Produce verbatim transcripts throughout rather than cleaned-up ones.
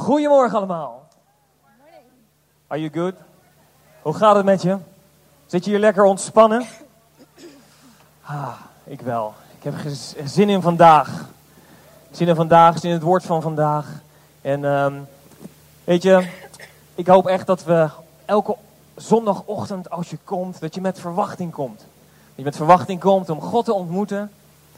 Goedemorgen allemaal. Are you good? Hoe gaat het met je? Zit je hier lekker ontspannen? Ah, ik wel. Ik heb gez- zin in vandaag. Zin in vandaag, zin in het woord van vandaag. En um, weet je, ik hoop echt dat we elke zondagochtend als je komt, dat je met verwachting komt. Dat je met verwachting komt om God te ontmoeten.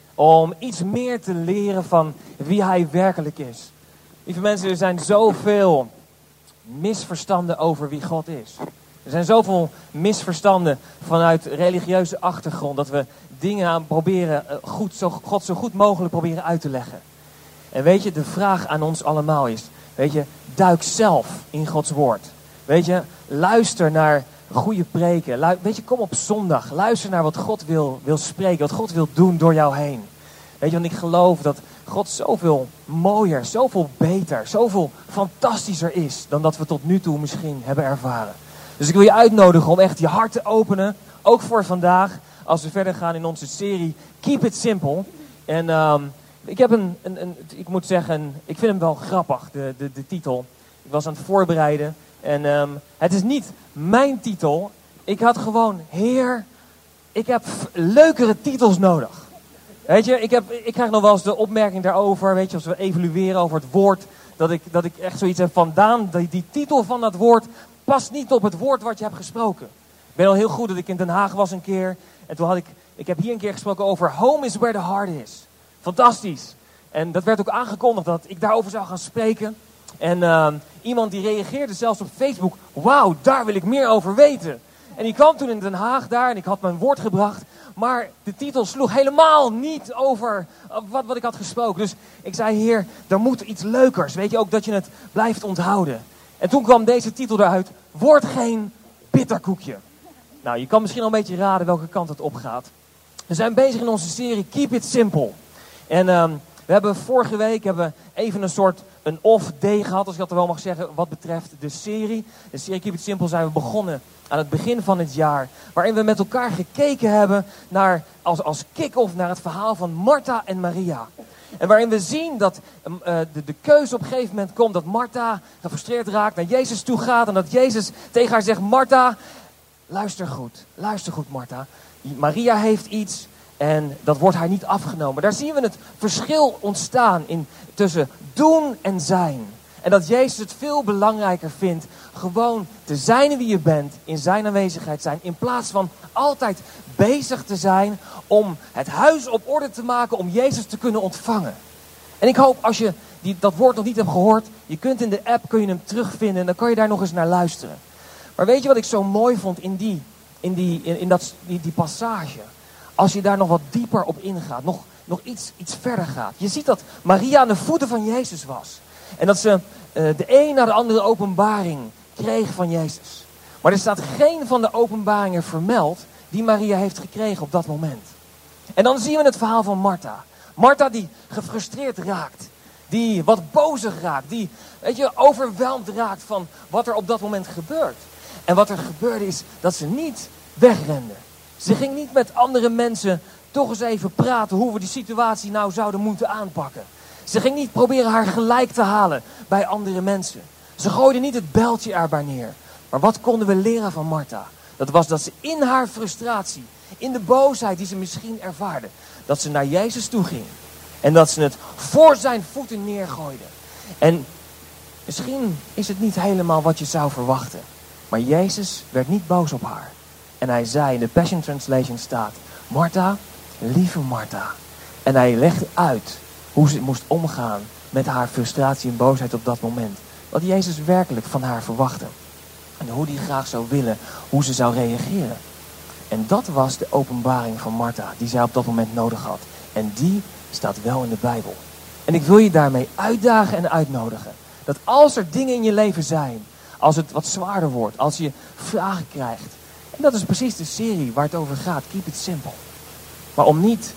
Om iets meer te leren van wie Hij werkelijk is. Lieve mensen, er zijn zoveel misverstanden over wie God is. Er zijn zoveel misverstanden vanuit religieuze achtergrond. Dat we dingen aan proberen goed, zo, God zo goed mogelijk proberen uit te leggen. En weet je, de vraag aan ons allemaal is, weet je, duik zelf in Gods woord. Weet je, luister naar goede preken. Lu- weet je, kom op zondag. Luister naar wat God wil, wil spreken, wat God wil doen door jou heen. Weet je, want ik geloof dat God zoveel mooier, zoveel beter, zoveel fantastischer is dan dat we tot nu toe misschien hebben ervaren. Dus ik wil je uitnodigen om echt je hart te openen, ook voor vandaag, als we verder gaan in onze serie Keep It Simple. En um, ik heb een, een, een, ik moet zeggen, ik vind hem wel grappig, de, de, de titel. Ik was aan het voorbereiden en um, het is niet mijn titel. Ik had gewoon, Heer, ik heb leukere titels nodig. Weet je, ik, heb, ik krijg nog wel eens de opmerking daarover, weet je, als we evalueren over het woord, dat ik, dat ik echt zoiets heb van, Daan, die, die titel van dat woord past niet op het woord wat je hebt gesproken. Ik weet al heel goed dat ik in Den Haag was een keer, en toen had ik, ik heb hier een keer gesproken over home is where the heart is. Fantastisch. En dat werd ook aangekondigd dat ik daarover zou gaan spreken. En uh, iemand die reageerde zelfs op Facebook, wauw, daar wil ik meer over weten. En die kwam toen in Den Haag daar en ik had mijn woord gebracht. Maar de titel sloeg helemaal niet over wat, wat ik had gesproken. Dus ik zei, Heer, er moet iets leukers. Weet je, ook dat je het blijft onthouden. En toen kwam deze titel eruit, word geen bitterkoekje. Nou, je kan misschien al een beetje raden welke kant het opgaat. We zijn bezig in onze serie Keep It Simple. En um, we hebben vorige week hebben we even een soort een off day gehad, als ik dat er wel mag zeggen, wat betreft de serie. De serie Keep It Simple zijn we begonnen aan het begin van het jaar. Waarin we met elkaar gekeken hebben naar, als, als kick-off naar het verhaal van Martha en Maria. En waarin we zien dat uh, de, de keuze op een gegeven moment komt dat Martha gefrustreerd raakt, naar Jezus toe gaat. En dat Jezus tegen haar zegt, Martha, luister goed, luister goed Martha. Maria heeft iets en dat wordt haar niet afgenomen. Daar zien we het verschil ontstaan in, tussen doen en zijn. En dat Jezus het veel belangrijker vindt gewoon te zijn wie je bent, in zijn aanwezigheid zijn, in plaats van altijd bezig te zijn om het huis op orde te maken om Jezus te kunnen ontvangen. En ik hoop als je die, dat woord nog niet hebt gehoord, je kunt in de app kun je hem terugvinden en dan kan je daar nog eens naar luisteren. Maar weet je wat ik zo mooi vond in die, in die, in, in dat, die, die passage? Als je daar nog wat dieper op ingaat, nog, nog iets, iets verder gaat. Je ziet dat Maria aan de voeten van Jezus was. En dat ze uh, de een na de andere openbaring kreeg van Jezus. Maar er staat geen van de openbaringen vermeld die Maria heeft gekregen op dat moment. En dan zien we het verhaal van Martha. Martha die gefrustreerd raakt. Die wat bozig raakt. Die, weet je, overweldigd raakt van wat er op dat moment gebeurt. En wat er gebeurde is dat ze niet wegrende. Ze ging niet met andere mensen toch eens even praten hoe we die situatie nou zouden moeten aanpakken. Ze ging niet proberen haar gelijk te halen bij andere mensen. Ze gooide niet het bijltje erbij neer. Maar wat konden we leren van Martha? Dat was dat ze in haar frustratie, in de boosheid die ze misschien ervaarde, dat ze naar Jezus toe ging. En dat ze het voor zijn voeten neergooide. En misschien is het niet helemaal wat je zou verwachten. Maar Jezus werd niet boos op haar. En hij zei, in de Passion Translation staat, Martha, lieve Martha. En hij legde uit hoe ze moest omgaan met haar frustratie en boosheid op dat moment. Wat Jezus werkelijk van haar verwachtte. En hoe hij graag zou willen, hoe ze zou reageren. En dat was de openbaring van Martha, die zij op dat moment nodig had. En die staat wel in de Bijbel. En ik wil je daarmee uitdagen en uitnodigen. Dat als er dingen in je leven zijn, als het wat zwaarder wordt, als je vragen krijgt. En dat is precies de serie waar het over gaat, Keep It Simple. Maar om niet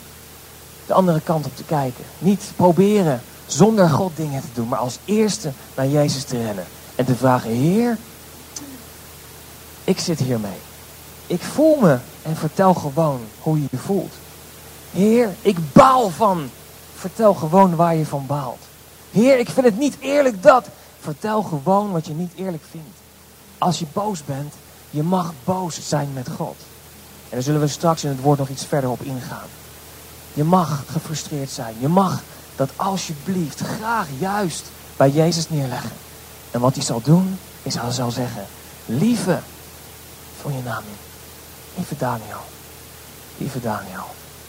de andere kant op te kijken. Niet proberen zonder God dingen te doen, maar als eerste naar Jezus te rennen. En te vragen, Heer, ik zit hiermee. Ik voel me en vertel gewoon hoe je je voelt. Heer, ik baal van. Vertel gewoon waar je van baalt. Heer, ik vind het niet eerlijk dat. Vertel gewoon wat je niet eerlijk vindt. Als je boos bent, je mag boos zijn met God. En daar zullen we straks in het woord nog iets verder op ingaan. Je mag gefrustreerd zijn. Je mag dat alsjeblieft graag juist bij Jezus neerleggen. En wat hij zal doen, is hij zal zeggen, lieve, vul je naam in. Lieve Daniel. Lieve Daniel.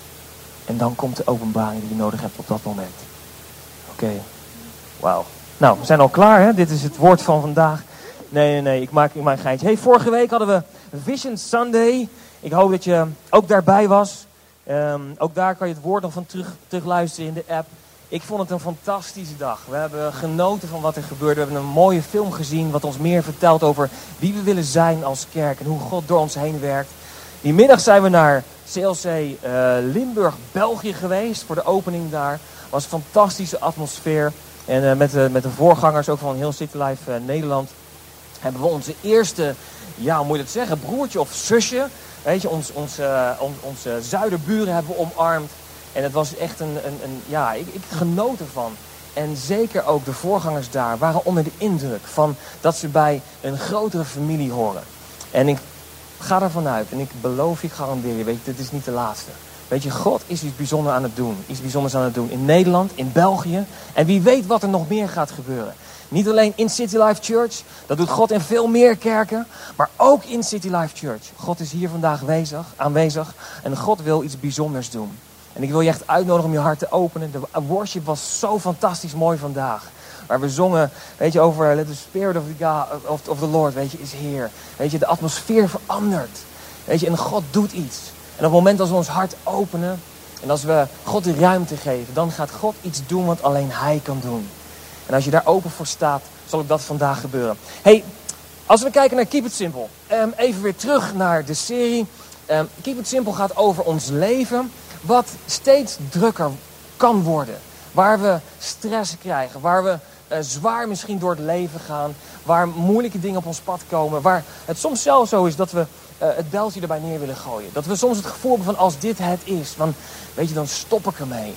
En dan komt de openbaring die je nodig hebt op dat moment. Oké. Okay. Wauw. Nou, we zijn al klaar, hè? Dit is het woord van vandaag. Nee, nee, nee, ik maak, ik maak een geintje. Hey, vorige week hadden we Vision Sunday. Ik hoop dat je ook daarbij was. Um, ook daar kan je het woord nog van terug, terug luisteren in de app. Ik vond het een fantastische dag. We hebben genoten van wat er gebeurde. We hebben een mooie film gezien wat ons meer vertelt over wie we willen zijn als kerk. En hoe God door ons heen werkt. Die middag zijn we naar C L C uh, Limburg, België geweest voor de opening daar. Was een fantastische atmosfeer. En uh, met, de, met de voorgangers ook van heel City Life uh, Nederland hebben we onze eerste, ja hoe moet je dat zeggen, broertje of zusje. Weet je, ons, ons, uh, on, onze zuiderburen hebben we omarmd. En het was echt een, een, een ja, ik, ik genoot ervan. En zeker ook de voorgangers daar waren onder de indruk van dat ze bij een grotere familie horen. En ik ga ervan uit en ik beloof je, ik garandeer je, weet je, dit is niet de laatste. Weet je, God is iets bijzonders aan het doen. Iets bijzonders aan het doen in Nederland, in België. En wie weet wat er nog meer gaat gebeuren. Niet alleen in City Life Church. Dat doet God in veel meer kerken. Maar ook in City Life Church. God is hier vandaag wezig, aanwezig. En God wil iets bijzonders doen. En ik wil je echt uitnodigen om je hart te openen. De worship was zo fantastisch mooi vandaag. Waar we zongen, weet je, over let the spirit of the, God, of, of the Lord, weet je, is here. Weet je, de atmosfeer verandert. Weet je, en God doet iets. En op het moment dat we ons hart openen en als we God de ruimte geven, dan gaat God iets doen wat alleen Hij kan doen. En als je daar open voor staat, zal ook dat vandaag gebeuren. Hey, als we kijken naar Keep It Simple, um, even weer terug naar de serie. Um, Keep It Simple gaat over ons leven, wat steeds drukker kan worden. Waar we stress krijgen, waar we uh, zwaar misschien door het leven gaan, waar moeilijke dingen op ons pad komen, waar het soms zelfs zo is dat we Uh, het beltje erbij neer willen gooien. Dat we soms het gevoel hebben van als dit het is, dan, weet je, dan stop ik ermee.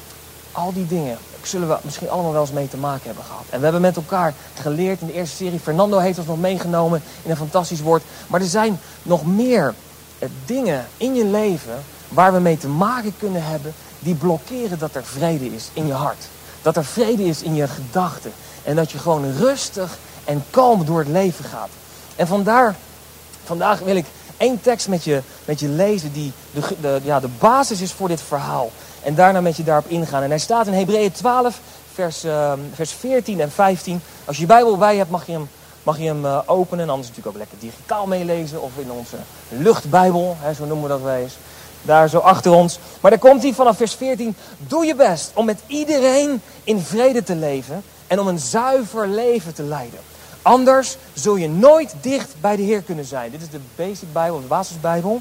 Al die dingen zullen we misschien allemaal wel eens mee te maken hebben gehad. En we hebben met elkaar geleerd in de eerste serie. Fernando heeft ons nog meegenomen in een fantastisch woord. Maar er zijn nog meer uh, dingen in je leven waar we mee te maken kunnen hebben die blokkeren dat er vrede is in je hart. Dat er vrede is in je gedachten. En dat je gewoon rustig en kalm door het leven gaat. En vandaar Vandaag wil ik één tekst met je, met je lezen die de, de, ja, de basis is voor dit verhaal. En daarna met je daarop ingaan. En hij staat in Hebreeën twaalf, vers, uh, vers veertien en vijftien. Als je je Bijbel bij hebt, mag je hem, mag je hem uh, openen. En anders natuurlijk ook lekker digitaal meelezen. Of in onze luchtbijbel, hè, zo noemen we dat wel eens. Daar zo achter ons. Maar daar komt hij vanaf vers veertien. Doe je best om met iedereen in vrede te leven. En om een zuiver leven te leiden. Anders zul je nooit dicht bij de Heer kunnen zijn. Dit is de Basic Bijbel, de basisbijbel.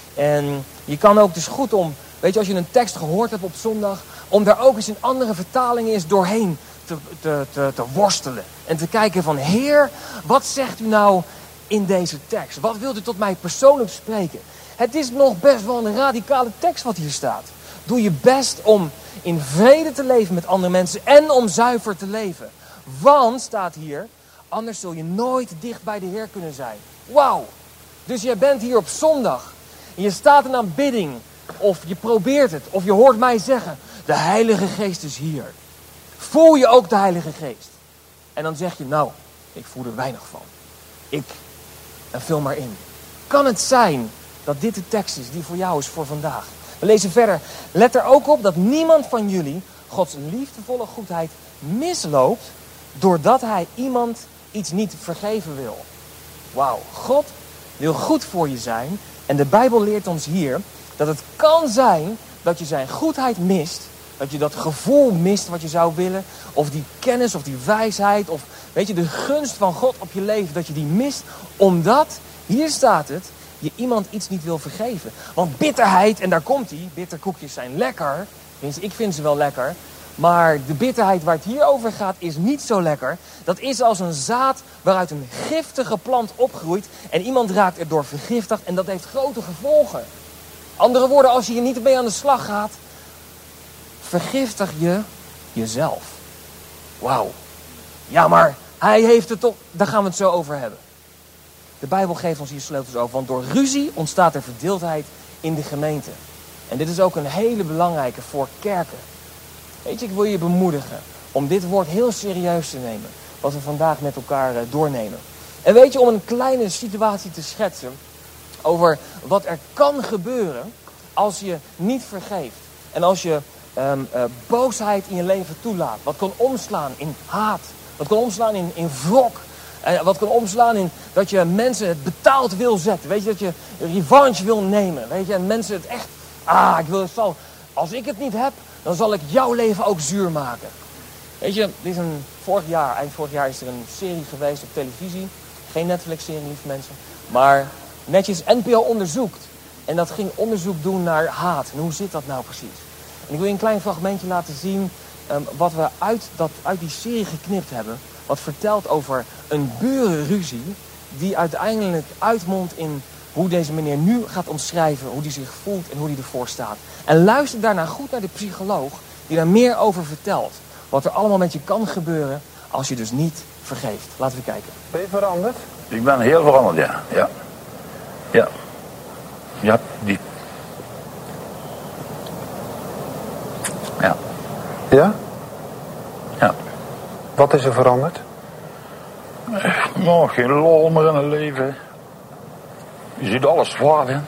En je kan ook dus goed om, weet je, als je een tekst gehoord hebt op zondag, om daar ook eens in andere vertalingen eens doorheen te, te, te, te worstelen. En te kijken van, Heer, wat zegt u nou in deze tekst? Wat wilt u tot mij persoonlijk spreken? Het is nog best wel een radicale tekst wat hier staat. Doe je best om in vrede te leven met andere mensen en om zuiver te leven. Want, staat hier, anders zul je nooit dicht bij de Heer kunnen zijn. Wauw. Dus jij bent hier op zondag. En je staat in aanbidding. Of je probeert het. Of je hoort mij zeggen. De Heilige Geest is hier. Voel je ook de Heilige Geest? En dan zeg je, nou, ik voel er weinig van. Ik, en vul maar in. Kan het zijn dat dit de tekst is die voor jou is voor vandaag? We lezen verder. Let er ook op dat niemand van jullie Gods liefdevolle goedheid misloopt doordat hij iemand iets niet vergeven wil. Wauw, God wil goed voor je zijn. En de Bijbel leert ons hier dat het kan zijn dat je zijn goedheid mist. Dat je dat gevoel mist wat je zou willen. Of die kennis of die wijsheid. Of weet je, de gunst van God op je leven. Dat je die mist omdat, hier staat het, je iemand iets niet wil vergeven. Want bitterheid, en daar komt die, bitterkoekjes zijn lekker. Tenminste, ik vind ze wel lekker. Maar de bitterheid waar het hier over gaat is niet zo lekker. Dat is als een zaad waaruit een giftige plant opgroeit. En iemand raakt erdoor vergiftigd en dat heeft grote gevolgen. Andere woorden, als je hier niet mee aan de slag gaat, vergiftig je jezelf. Wauw. Ja, maar Hij heeft het toch, daar gaan we het zo over hebben. De Bijbel geeft ons hier sleutels over, want door ruzie ontstaat er verdeeldheid in de gemeente. En dit is ook een hele belangrijke voor kerken. Weet je, ik wil je bemoedigen om dit woord heel serieus te nemen, wat we vandaag met elkaar doornemen. En weet je, om een kleine situatie te schetsen over wat er kan gebeuren als je niet vergeeft. En als je um, uh, boosheid in je leven toelaat. Wat kan omslaan in haat. Wat kan omslaan in, in wrok. En wat kan omslaan in dat je mensen het betaald wil zetten. Weet je, dat je revanche wil nemen. Weet je, en mensen het echt... Ah, ik wil het zal, als ik het niet heb, dan zal ik jouw leven ook zuur maken. Weet je, dit is een, vorig jaar, eind vorig jaar is er een serie geweest op televisie. Geen Netflix-serie, lieve mensen. Maar netjes N P O onderzoekt. En dat ging onderzoek doen naar haat. En hoe zit dat nou precies? En ik wil je een klein fragmentje laten zien um, wat we uit, dat, uit die serie geknipt hebben. Wat vertelt over een burenruzie die uiteindelijk uitmondt in hoe deze meneer nu gaat omschrijven, hoe hij zich voelt en hoe hij ervoor staat. En luister daarna goed naar de psycholoog die daar meer over vertelt. Wat er allemaal met je kan gebeuren als je dus niet vergeeft. Laten we kijken. Ben je veranderd? Ik ben heel veranderd, ja. Ja. Ja. Ja, die. Ja. Ja? Ja. Wat is er veranderd? Nou, geen lol meer in het leven. Je ziet alles zwaar in.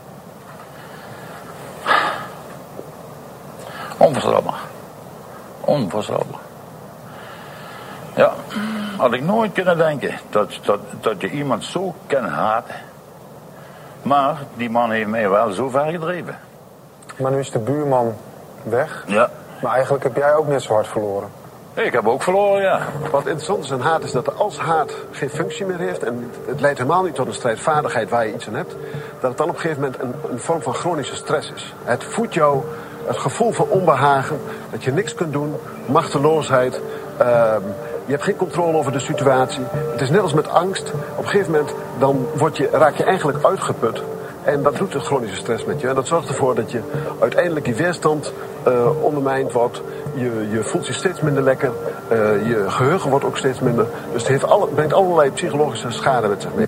Onvoorstelbaar. Onvoorstelbaar. Ja, had ik nooit kunnen denken dat, dat, dat je iemand zo kan haten. Maar die man heeft mij wel zo ver gedreven. Maar nu is de buurman weg. Ja. Maar eigenlijk heb jij ook net zo hard verloren. Ik heb ook verloren, ja. Wat interessant is aan haat is dat als haat geen functie meer heeft... en het leidt helemaal niet tot een strijdvaardigheid waar je iets aan hebt... dat het dan op een gegeven moment een, een vorm van chronische stress is. Het voedt jou het gevoel van onbehagen, dat je niks kunt doen, machteloosheid... Uh, je hebt geen controle over de situatie. Het is net als met angst. Op een gegeven moment dan word je, raak je eigenlijk uitgeput. En dat doet de chronische stress met je. En dat zorgt ervoor dat je uiteindelijk je weerstand uh, ondermijnd wordt. Je, je voelt je steeds minder lekker. Uh, je geheugen wordt ook steeds minder. Dus het heeft alle, brengt allerlei psychologische schade met zich mee.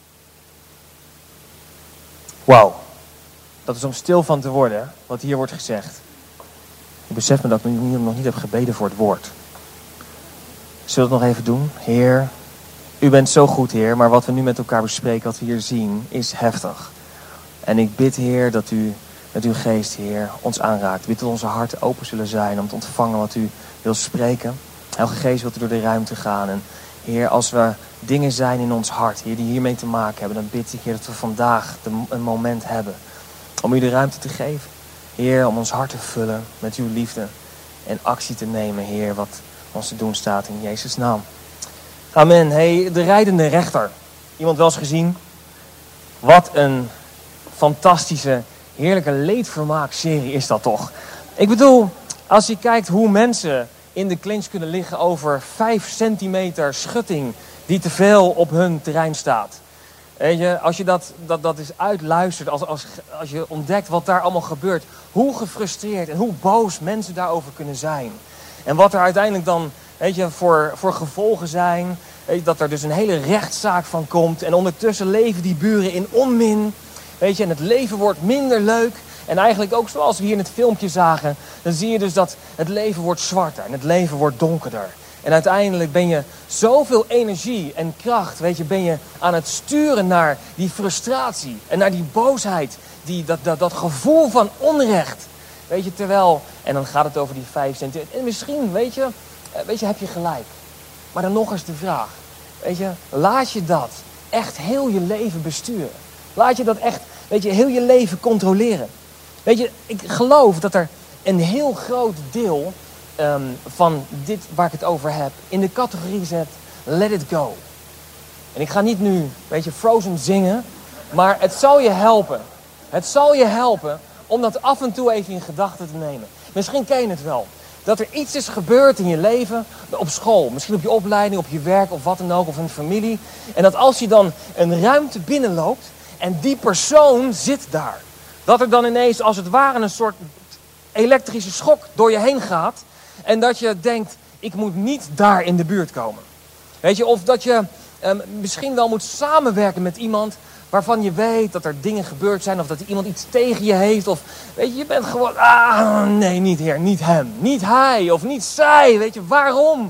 Wauw. Dat is om stil van te worden, hè, wat hier wordt gezegd. Ik besef me dat ik nog niet heb gebeden voor het woord. Zullen we het nog even doen? Heer, u bent zo goed, Heer. Maar wat we nu met elkaar bespreken, wat we hier zien, is heftig. En ik bid, Heer, dat u met uw geest, Heer, ons aanraakt. Ik bid dat onze harten open zullen zijn om te ontvangen wat u wil spreken. Heilige Geest, wilt u door de ruimte gaan. En Heer, als we dingen zijn in ons hart, Heer, die hiermee te maken hebben, dan bid ik, Heer, dat we vandaag een moment hebben om u de ruimte te geven. Heer, om ons hart te vullen met uw liefde en actie te nemen, Heer, wat ons te doen staat in Jezus' naam. Amen. Hey, de rijdende rechter. Iemand wel eens gezien? Wat een fantastische, heerlijke leedvermaakserie is dat toch? Ik bedoel, als je kijkt hoe mensen in de clinch kunnen liggen over vijf centimeter schutting die te veel op hun terrein staat. Weet je, als je dat, dat, dat eens uitluistert, als, als, als je ontdekt wat daar allemaal gebeurt, hoe gefrustreerd en hoe boos mensen daarover kunnen zijn. En wat er uiteindelijk dan, weet je, voor, voor gevolgen zijn. Weet je, dat er dus een hele rechtszaak van komt. En ondertussen leven die buren in onmin. Weet je, en het leven wordt minder leuk. En eigenlijk ook zoals we hier in het filmpje zagen. Dan zie je dus dat het leven wordt zwarter. En het leven wordt donkerder. En uiteindelijk ben je zoveel energie en kracht, weet je, ben je aan het sturen naar die frustratie. En naar die boosheid. Die, dat, dat, dat gevoel van onrecht. Weet je, terwijl, en dan gaat het over die vijf centimeter. En misschien, weet je, weet je, heb je gelijk. Maar dan nog eens de vraag. Weet je, laat je dat echt heel je leven besturen. Laat je dat echt, weet je, heel je leven controleren. Weet je, ik geloof dat er een heel groot deel um, van dit waar ik het over heb in de categorie zet, let it go. En ik ga niet nu, weet je, Frozen zingen, maar het zal je helpen. Het zal je helpen om dat af en toe even in gedachten te nemen. Misschien ken je het wel. Dat er iets is gebeurd in je leven, op school, misschien op je opleiding, op je werk of wat dan ook, of in de familie. En dat als je dan een ruimte binnenloopt en die persoon zit daar. Dat er dan ineens als het ware een soort elektrische schok door je heen gaat. En dat je denkt, ik moet niet daar in de buurt komen. Weet je, of dat je um, misschien wel moet samenwerken met iemand waarvan je weet dat er dingen gebeurd zijn. Of dat iemand iets tegen je heeft. Of weet je, je bent gewoon, ah nee, niet Heer, niet hem. Niet hij of niet zij. Weet je, waarom?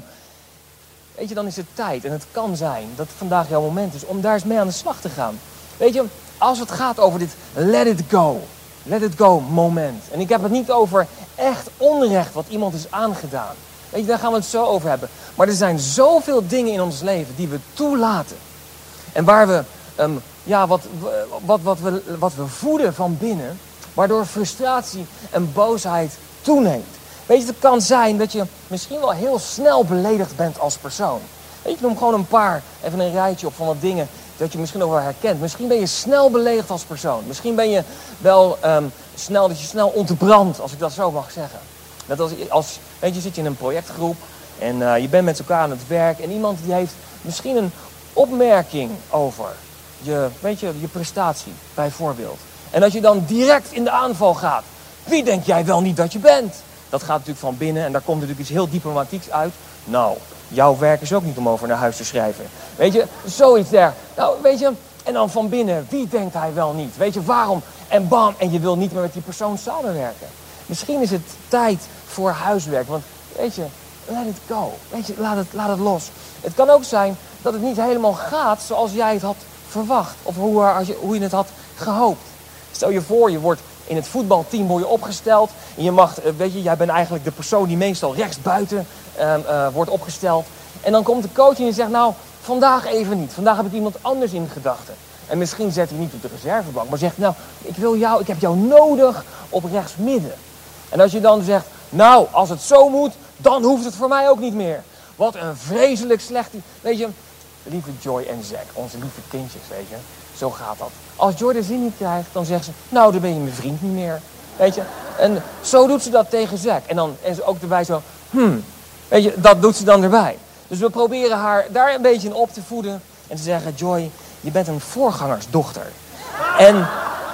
Weet je, dan is het tijd. En het kan zijn dat het vandaag jouw moment is om daar eens mee aan de slag te gaan. Weet je, als het gaat over dit let it go. Let it go moment. En ik heb het niet over echt onrecht wat iemand is aangedaan. Weet je, daar gaan we het zo over hebben. Maar er zijn zoveel dingen in ons leven die we toelaten. En waar we, um, ja, wat, wat, wat, we, wat we voeden van binnen. Waardoor frustratie en boosheid toeneemt. Weet je, het kan zijn dat je misschien wel heel snel beledigd bent als persoon. Weet je, noem gewoon een paar, even een rijtje op van wat dingen dat je misschien ook wel herkent. Misschien ben je snel beledigd als persoon. Misschien ben je wel um, snel, dat je snel ontbrandt, als ik dat zo mag zeggen. Dat als, als, weet je, zit je in een projectgroep en uh, je bent met elkaar aan het werk en iemand die heeft misschien een opmerking over je, weet je, je prestatie, bijvoorbeeld. En dat je dan direct in de aanval gaat. Wie denk jij wel niet dat je bent? Dat gaat natuurlijk van binnen en daar komt natuurlijk iets heel diplomatieks uit. Nou, jouw werk is ook niet om over naar huis te schrijven. Weet je, zoiets daar. Nou, weet je, en dan van binnen, wie denkt hij wel niet? Weet je, waarom? En bam, en je wil niet meer met die persoon samenwerken. Misschien is het tijd voor huiswerk, want weet je, let it go. Weet je, laat het, laat het los. Het kan ook zijn dat het niet helemaal gaat zoals jij het had verwacht. Of hoe, als je, hoe je het had gehoopt. Stel je voor, je wordt in het voetbalteam word je opgesteld. En je mag, weet je, jij bent eigenlijk de persoon die meestal rechtsbuiten uh, uh, wordt opgesteld. En dan komt de coach en je zegt, nou, vandaag even niet. Vandaag heb ik iemand anders in gedachten. En misschien zet hij niet op de reservebank, maar zegt, nou, ik wil jou, ik heb jou nodig op rechtsmidden. En als je dan zegt, nou, als het zo moet, dan hoeft het voor mij ook niet meer. Wat een vreselijk slecht, weet je, lieve Joy en Zack, onze lieve kindjes, weet je. Zo gaat dat. Als Joy de zin niet krijgt, dan zegt ze, nou, dan ben je mijn vriend niet meer. Weet je, en zo doet ze dat tegen Zack. En dan en ze ook erbij zo, hmm, weet je, dat doet ze dan erbij. Dus we proberen haar daar een beetje in op te voeden. En te zeggen, Joy, je bent een voorgangersdochter. En,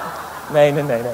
nee, nee, nee, nee.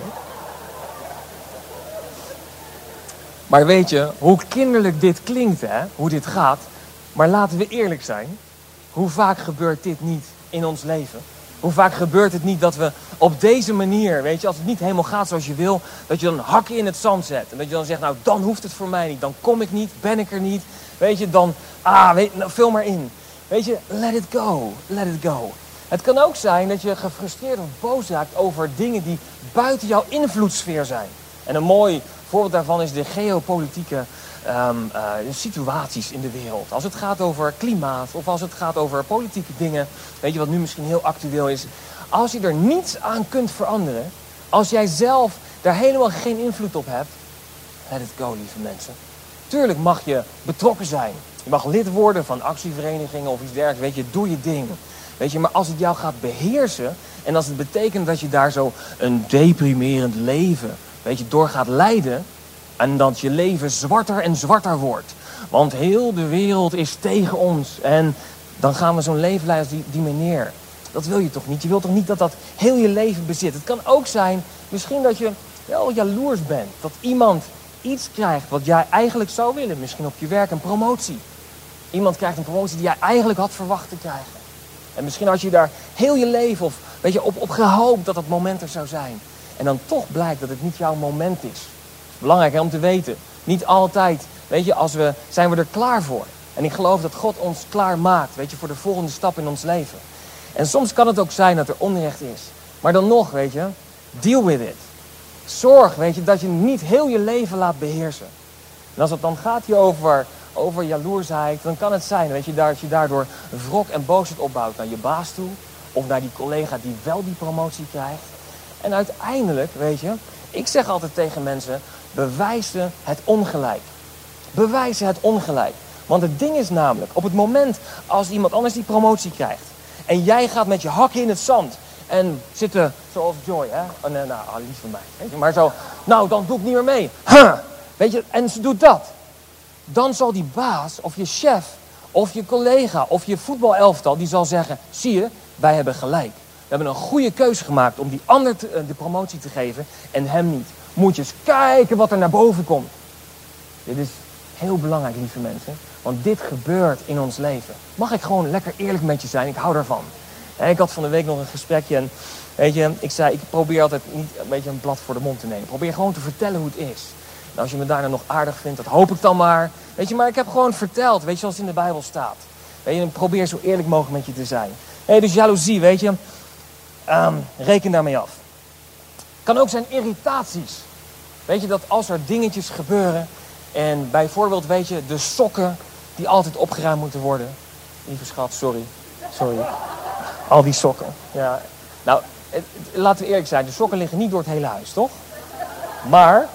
Maar weet je, hoe kinderlijk dit klinkt, hè, hoe dit gaat. Maar laten we eerlijk zijn. Hoe vaak gebeurt dit niet in ons leven? Hoe vaak gebeurt het niet dat we op deze manier, weet je, als het niet helemaal gaat zoals je wil, dat je dan hakken in het zand zet. En dat je dan zegt, nou, dan hoeft het voor mij niet. Dan kom ik niet, ben ik er niet. Weet je, dan, ah, weet, nou, vul maar in. Weet je, let it go, let it go. Het kan ook zijn dat je gefrustreerd of boos raakt over dingen die buiten jouw invloedssfeer zijn. En een mooi voorbeeld daarvan is de geopolitieke um, uh, situaties in de wereld. Als het gaat over klimaat of als het gaat over politieke dingen, weet je wat nu misschien heel actueel is. Als je er niets aan kunt veranderen, als jij zelf daar helemaal geen invloed op hebt, let it go, lieve mensen. Tuurlijk mag je betrokken zijn. Je mag lid worden van actieverenigingen of iets dergelijks. Weet je, doe je ding. Weet je, maar als het jou gaat beheersen en als het betekent dat je daar zo een deprimerend leven, weet je, door gaat leiden en dat je leven zwarter en zwarter wordt. Want heel de wereld is tegen ons en dan gaan we zo'n leven leiden als die, die meneer. Dat wil je toch niet? Je wilt toch niet dat dat heel je leven bezit? Het kan ook zijn, misschien dat je wel jaloers bent. Dat iemand iets krijgt wat jij eigenlijk zou willen. Misschien op je werk een promotie. Iemand krijgt een promotie die jij eigenlijk had verwacht te krijgen. En misschien had je daar heel je leven of, weet je, op, op gehoopt dat dat moment er zou zijn. En dan toch blijkt dat het niet jouw moment is. Belangrijk hè, om te weten. Niet altijd, weet je, als we, zijn we er klaar voor. En ik geloof dat God ons klaar maakt, weet je, voor de volgende stap in ons leven. En soms kan het ook zijn dat er onrecht is. Maar dan nog, weet je, deal with it. Zorg, weet je, dat je niet heel je leven laat beheersen. En als het dan gaat hier over, over jaloersheid, dan kan het zijn, weet je, dat je daardoor wrok en boosheid opbouwt naar je baas toe. Of naar die collega die wel die promotie krijgt. En uiteindelijk, weet je, ik zeg altijd tegen mensen, bewijs ze het ongelijk. Bewijs ze het ongelijk. Want het ding is namelijk, op het moment als iemand anders die promotie krijgt. En jij gaat met je hakken in het zand. En zitten, zoals Joy, hè. Oh, nee, nou, lief van mij. Weet je, maar zo, nou, dan doe ik niet meer mee. Huh. Weet je, en ze doet dat. Dan zal die baas, of je chef, of je collega, of je voetbalelftal, die zal zeggen, zie je, wij hebben gelijk. We hebben een goede keuze gemaakt om die ander te, de promotie te geven en hem niet. Moet je eens kijken wat er naar boven komt. Dit is Heel belangrijk, lieve mensen. Want dit gebeurt in ons leven. Mag ik gewoon lekker eerlijk met je zijn? Ik hou daarvan. En ik had van de week nog een gesprekje. En weet je, ik zei, ik probeer altijd niet een beetje een blad voor de mond te nemen. Ik probeer gewoon te vertellen hoe het is. En als je me daarna nog aardig vindt, dat hoop ik dan maar. Weet je, maar ik heb gewoon verteld. Weet je, zoals het in de Bijbel staat. Weet je, ik probeer zo eerlijk mogelijk met je te zijn. Hey, dus jaloezie, weet je. Um, reken daarmee af. Kan ook zijn irritaties. Weet je, dat als er dingetjes gebeuren. En bijvoorbeeld, weet je, de sokken die altijd opgeruimd moeten worden. Lieve schat, sorry. Sorry. Al die sokken. Ja. Nou, het, het, laten we eerlijk zijn. De sokken liggen niet door het hele huis, toch? Maar...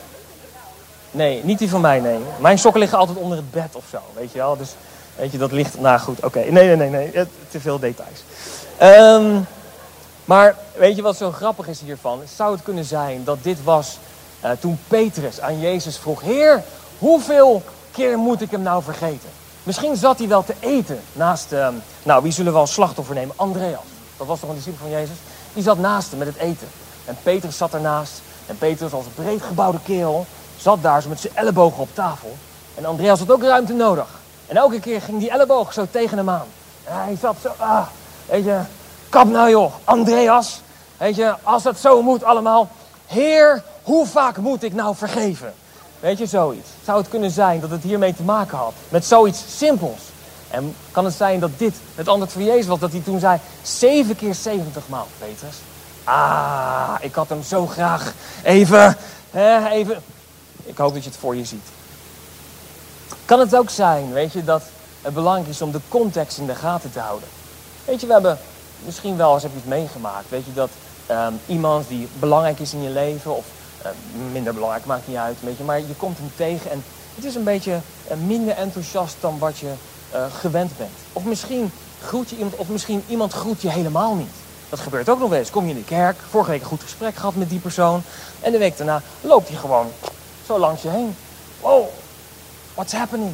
Nee, niet die van mij, nee. Mijn sokken liggen altijd onder het bed of zo, weet je wel. Dus, weet je, dat ligt... Nou goed, oké. Okay. Nee, nee, nee, nee. Het, te veel details. Um, maar, weet je wat zo grappig is hiervan? Zou het kunnen zijn dat dit was uh, toen Petrus aan Jezus vroeg... Heer, hoeveel keer moet ik hem nou vergeten? Misschien zat hij wel te eten naast... Uh, nou, wie zullen we als slachtoffer nemen? Andreas. Dat was toch een discipel van Jezus? Die zat naast hem met het eten. En Petrus zat ernaast. En Petrus als een breedgebouwde kerel... zat daar zo met zijn ellebogen op tafel. En Andreas had ook ruimte nodig. En elke keer ging die elleboog zo tegen hem aan. En hij zat zo, ah, weet je, kap nou joh, Andreas. Weet je, als dat zo moet allemaal. Heer, hoe vaak moet ik nou vergeven? Weet je, zoiets. Zou het kunnen zijn dat het hiermee te maken had? Met zoiets simpels. En kan het zijn dat dit het antwoord van Jezus was? Dat hij toen zei, zeven keer zeventig maal, Petrus. Ah, ik had hem zo graag even, hè, even... Ik hoop dat je het voor je ziet. Kan het ook zijn, weet je, dat het belangrijk is om de context in de gaten te houden. Weet je, we hebben misschien wel eens heb je het meegemaakt. Weet je, dat um, iemand die belangrijk is in je leven, of uh, minder belangrijk, maakt niet uit. Weet je, maar je komt hem tegen en het is een beetje uh, minder enthousiast dan wat je uh, gewend bent. Of misschien groet je iemand, of misschien iemand groet je helemaal niet. Dat gebeurt ook nog wel eens. Kom je in de kerk, vorige week een goed gesprek gehad met die persoon. En de week daarna loopt hij gewoon zo langs je heen. Wow, what's happening?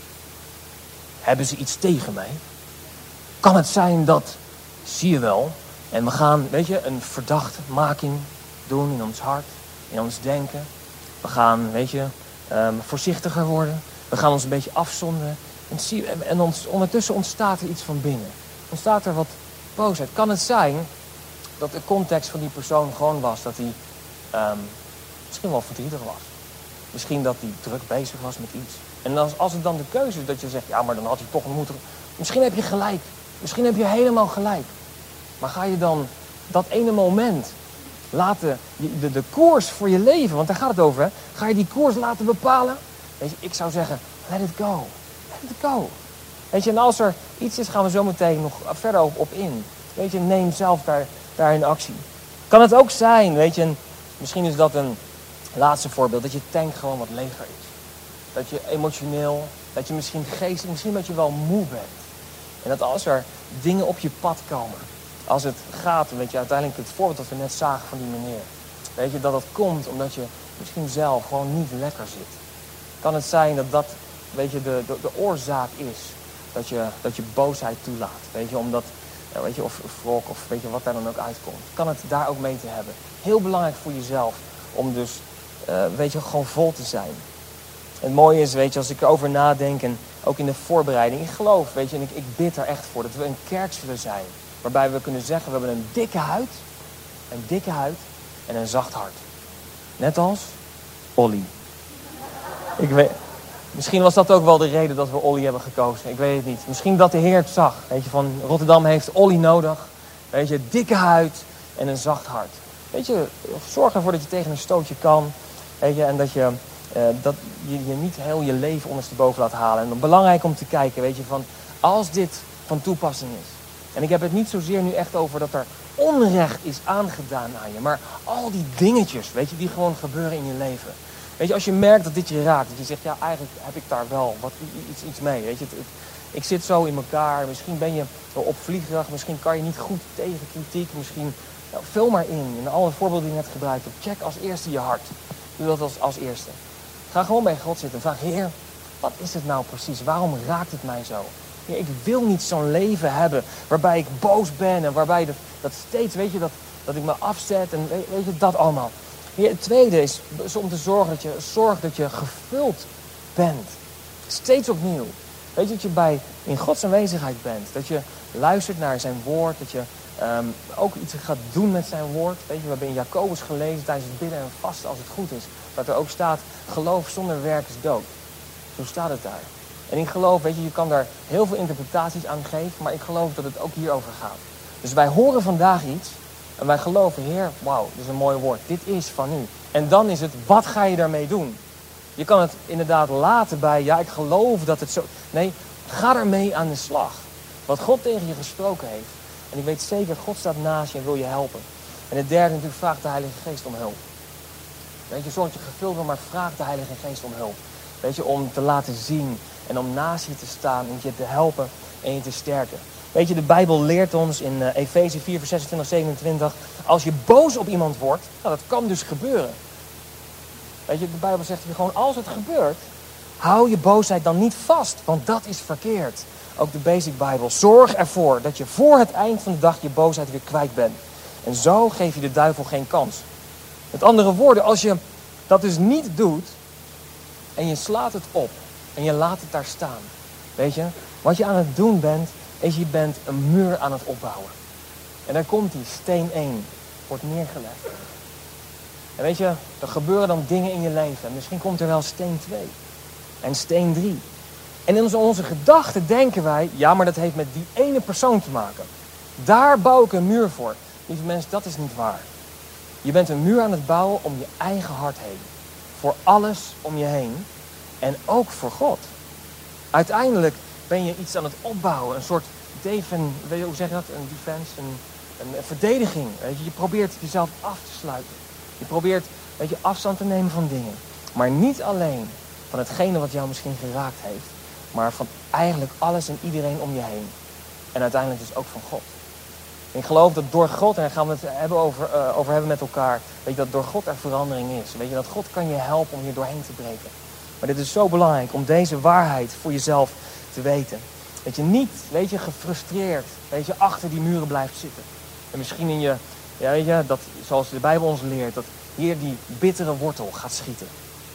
Hebben ze iets tegen mij? Kan het zijn dat, zie je wel, en we gaan, weet je, een verdachtmaking doen in ons hart, in ons denken. We gaan, weet je, um, voorzichtiger worden. We gaan ons een beetje afzonderen. En, zie, en ons, ondertussen ontstaat er iets van binnen. Ontstaat er wat boosheid. Kan het zijn dat de context van die persoon gewoon was dat hij um, misschien wel verdrietig was. Misschien dat hij druk bezig was met iets. En als, als het dan de keuze is dat je zegt, ja, maar dan had hij toch moeten... Misschien heb je gelijk. Misschien heb je helemaal gelijk. Maar ga je dan dat ene moment laten, de, de koers voor je leven, want daar gaat het over, hè? Ga je die koers laten bepalen? Weet je, ik zou zeggen, let it go. Let it go. Weet je, en als er iets is, gaan we zo meteen nog verder op, op in. Weet je, neem zelf daar, daarin actie. Kan het ook zijn, weet je, misschien is dat een laatste voorbeeld, dat je tank gewoon wat leger is. Dat je emotioneel, dat je misschien geestelijk, misschien dat je wel moe bent. En dat als er dingen op je pad komen, als het gaat, weet je, uiteindelijk het voorbeeld dat we net zagen van die meneer. Weet je, dat dat komt omdat je misschien zelf gewoon niet lekker zit. Kan het zijn dat dat, weet je, de, de, de oorzaak is dat je, dat je boosheid toelaat. Weet je, omdat, weet je, of wrok of weet je, wat daar dan ook uitkomt. Kan het daar ook mee te hebben. Heel belangrijk voor jezelf om dus, uh, weet je, gewoon vol te zijn. Het mooie is, weet je, als ik erover nadenk en ook in de voorbereiding. Ik geloof, weet je, en ik, ik bid er echt voor dat we een kerk zullen zijn. Waarbij we kunnen zeggen, we hebben een dikke huid. Een dikke huid en een zacht hart. Net als Olly. Ik weet, misschien was dat ook wel de reden dat we Olly hebben gekozen. Ik weet het niet. Misschien dat de Heer het zag. Weet je, van Rotterdam heeft Olly nodig. Weet je, dikke huid en een zacht hart. Weet je, zorg ervoor dat je tegen een stootje kan. Weet je, en dat je... Uh, dat je je niet heel je leven ondersteboven laat halen. En dan belangrijk om te kijken, weet je, van als dit van toepassing is. En ik heb het niet zozeer nu echt over dat er onrecht is aangedaan aan je. Maar al die dingetjes, weet je, die gewoon gebeuren in je leven. Weet je, als je merkt dat dit je raakt, dat je zegt, ja, eigenlijk heb ik daar wel wat, iets, iets mee. Weet je, het, het, ik zit zo in elkaar, misschien ben je wel opvliegerig, misschien kan je niet goed tegen kritiek, misschien, nou, vul maar in. In alle voorbeelden die je net gebruikt hebt, check als eerste je hart. Doe dat als, als eerste. Ga gewoon bij God zitten en vraag, Heer, wat is het nou precies? Waarom raakt het mij zo? Heer, ik wil niet zo'n leven hebben waarbij ik boos ben en waarbij dat, dat steeds, weet je, dat, dat ik me afzet en weet, weet je, dat allemaal. Heer, het tweede is, is om te zorgen dat je, zorg dat je gevuld bent Steeds opnieuw. Weet je, dat je bij, in Gods aanwezigheid bent. Dat je luistert naar zijn woord. Dat je um, ook iets gaat doen met zijn woord. Weet je, we hebben in Jacobus gelezen tijdens het bidden en vasten als het goed is. Dat er ook staat, geloof zonder werk is dood. Zo staat het daar. En ik geloof, weet je, je kan daar heel veel interpretaties aan geven. Maar ik geloof dat het ook hierover gaat. Dus wij horen vandaag iets. En wij geloven, Heer, wauw, dit is een mooi woord. Dit is van u. En dan is het, wat ga je daarmee doen? Je kan het inderdaad laten bij, ja, ik geloof dat het zo... Nee, ga ermee aan de slag. Wat God tegen je gesproken heeft. En ik weet zeker, God staat naast je en wil je helpen. En het derde natuurlijk, vraag de Heilige Geest om hulp. Weet je, zorg dat je gevuld wordt, maar vraag de Heilige Geest om hulp. Weet je, om te laten zien en om naast je te staan en je te helpen en je te sterken. Weet je, de Bijbel leert ons in uh, Efeze vier, vers zesentwintig, zevenentwintig... als je boos op iemand wordt, nou, dat kan dus gebeuren. Weet je, de Bijbel zegt je gewoon, als het gebeurt, hou je boosheid dan niet vast, want dat is verkeerd. Ook de Basic Bijbel, zorg ervoor dat je voor het eind van de dag je boosheid weer kwijt bent. En zo geef je de duivel geen kans. Met andere woorden, als je dat dus niet doet en je slaat het op en je laat het daar staan. Weet je, wat je aan het doen bent, is je bent een muur aan het opbouwen. En daar komt die, steen één, wordt neergelegd. En weet je, er gebeuren dan dingen in je leven. En misschien komt er wel steen twee. En steen drie. En in onze, onze gedachten denken wij, ja, maar dat heeft met die ene persoon te maken. Daar bouw ik een muur voor. Lieve mensen, dat is niet waar. Je bent een muur aan het bouwen om je eigen hart heen. Voor alles om je heen. En ook voor God. Uiteindelijk ben je iets aan het opbouwen. Een soort defen, weet je, hoe zeg je dat? Een defense, een, een verdediging. Weet je? Je probeert jezelf af te sluiten. Je probeert, weet je, afstand te nemen van dingen. Maar niet alleen van hetgene wat jou misschien geraakt heeft. Maar van eigenlijk alles en iedereen om je heen. En uiteindelijk dus ook van God. En ik geloof dat door God, en daar gaan we het hebben over, uh, over hebben met elkaar. Weet je, dat door God er verandering is. Weet je, dat God kan je helpen om hier doorheen te breken. Maar dit is zo belangrijk om deze waarheid voor jezelf te weten. Dat je niet, weet je, gefrustreerd, weet je, achter die muren blijft zitten. En misschien in je, ja, weet je, dat, zoals de Bijbel ons leert, dat hier die bittere wortel gaat schieten.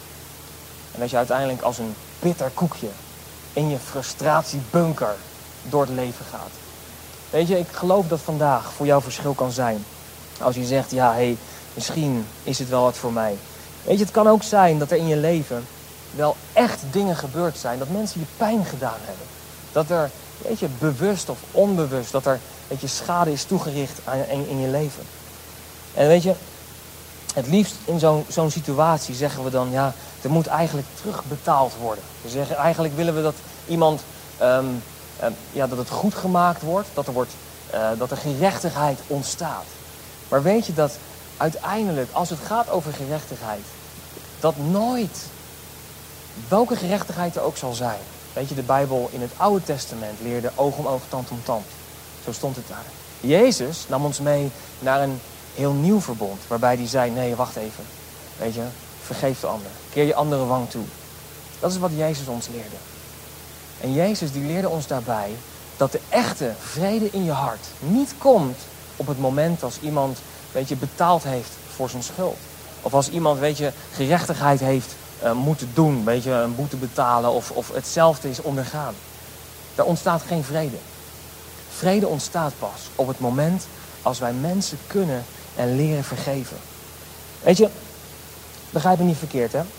En dat je uiteindelijk als een bitter koekje in je frustratiebunker door het leven gaat. Weet je, ik geloof dat vandaag voor jou verschil kan zijn. Als je zegt, ja, hé, hey, misschien is het wel wat voor mij. Weet je, het kan ook zijn dat er in je leven wel echt dingen gebeurd zijn. Dat mensen je pijn gedaan hebben. Dat er, weet je, bewust of onbewust, dat er, weet je, schade is toegericht aan, in, in je leven. En weet je, het liefst in zo'n zo'n situatie zeggen we dan, ja, er moet eigenlijk terugbetaald worden. We zeggen, eigenlijk willen we dat iemand, um, um, ja, dat het goed gemaakt wordt, dat er, wordt, uh, dat er gerechtigheid ontstaat. Maar weet je dat uiteindelijk, als het gaat over gerechtigheid, dat nooit, welke gerechtigheid er ook zal zijn. Weet je, de Bijbel in het Oude Testament leerde oog om oog, tand om tand. Zo stond het daar. Jezus nam ons mee naar een heel nieuw verbond. Waarbij hij zei, nee, wacht even. Weet je, vergeef de ander. Keer je andere wang toe. Dat is wat Jezus ons leerde. En Jezus die leerde ons daarbij dat de echte vrede in je hart niet komt op het moment als iemand, weet je, betaald heeft voor zijn schuld. Of als iemand, weet je, gerechtigheid heeft uh, moeten doen. Weet je, een boete betalen of, of hetzelfde is ondergaan. Daar ontstaat geen vrede. Vrede ontstaat pas op het moment als wij mensen kunnen en leren vergeven. Weet je, begrijp me niet verkeerd, hè?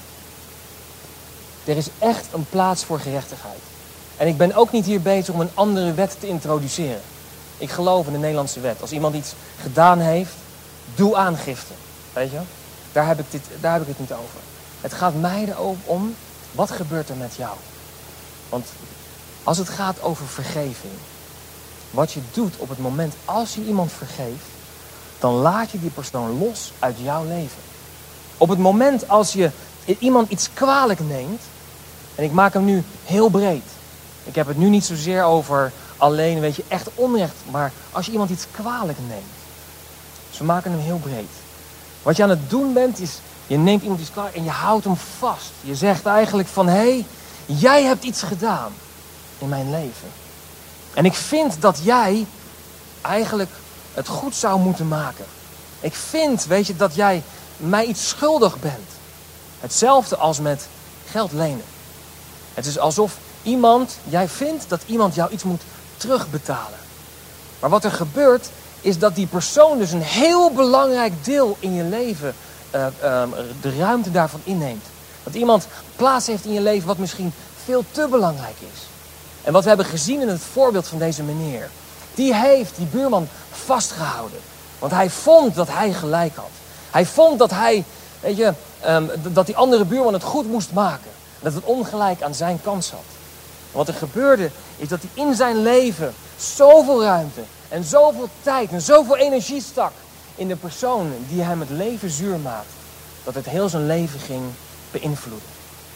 Er is echt een plaats voor gerechtigheid. En ik ben ook niet hier bezig om een andere wet te introduceren. Ik geloof in de Nederlandse wet. Als iemand iets gedaan heeft, doe aangifte. Weet je? Daar heb ik, dit, daar heb ik het niet over. Het gaat mij erom, wat gebeurt er met jou? Want als het gaat over vergeving, wat je doet op het moment als je iemand vergeeft, dan laat je die persoon los uit jouw leven. Op het moment als je iemand iets kwalijk neemt, en ik maak hem nu heel breed. Ik heb het nu niet zozeer over alleen, weet je, echt onrecht, maar als je iemand iets kwalijk neemt. Dus we maken hem heel breed. Wat je aan het doen bent is, je neemt iemand iets kwalijk en je houdt hem vast. Je zegt eigenlijk van, hé, hey, jij hebt iets gedaan in mijn leven. En ik vind dat jij eigenlijk het goed zou moeten maken. Ik vind, weet je, dat jij mij iets schuldig bent. Hetzelfde als met geld lenen. Het is alsof iemand, jij vindt dat iemand jou iets moet terugbetalen. Maar wat er gebeurt, is dat die persoon dus een heel belangrijk deel in je leven, uh, uh, de ruimte daarvan inneemt. Dat iemand plaats heeft in je leven wat misschien veel te belangrijk is. En wat we hebben gezien in het voorbeeld van deze meneer, die heeft die buurman vastgehouden. Want hij vond dat hij gelijk had. Hij vond dat hij, weet je, um, dat die andere buurman het goed moest maken. Dat het ongelijk aan zijn kant zat. En wat er gebeurde, is dat hij in zijn leven zoveel ruimte en zoveel tijd en zoveel energie stak in de persoon die hem het leven zuur maakte, dat het heel zijn leven ging beïnvloeden.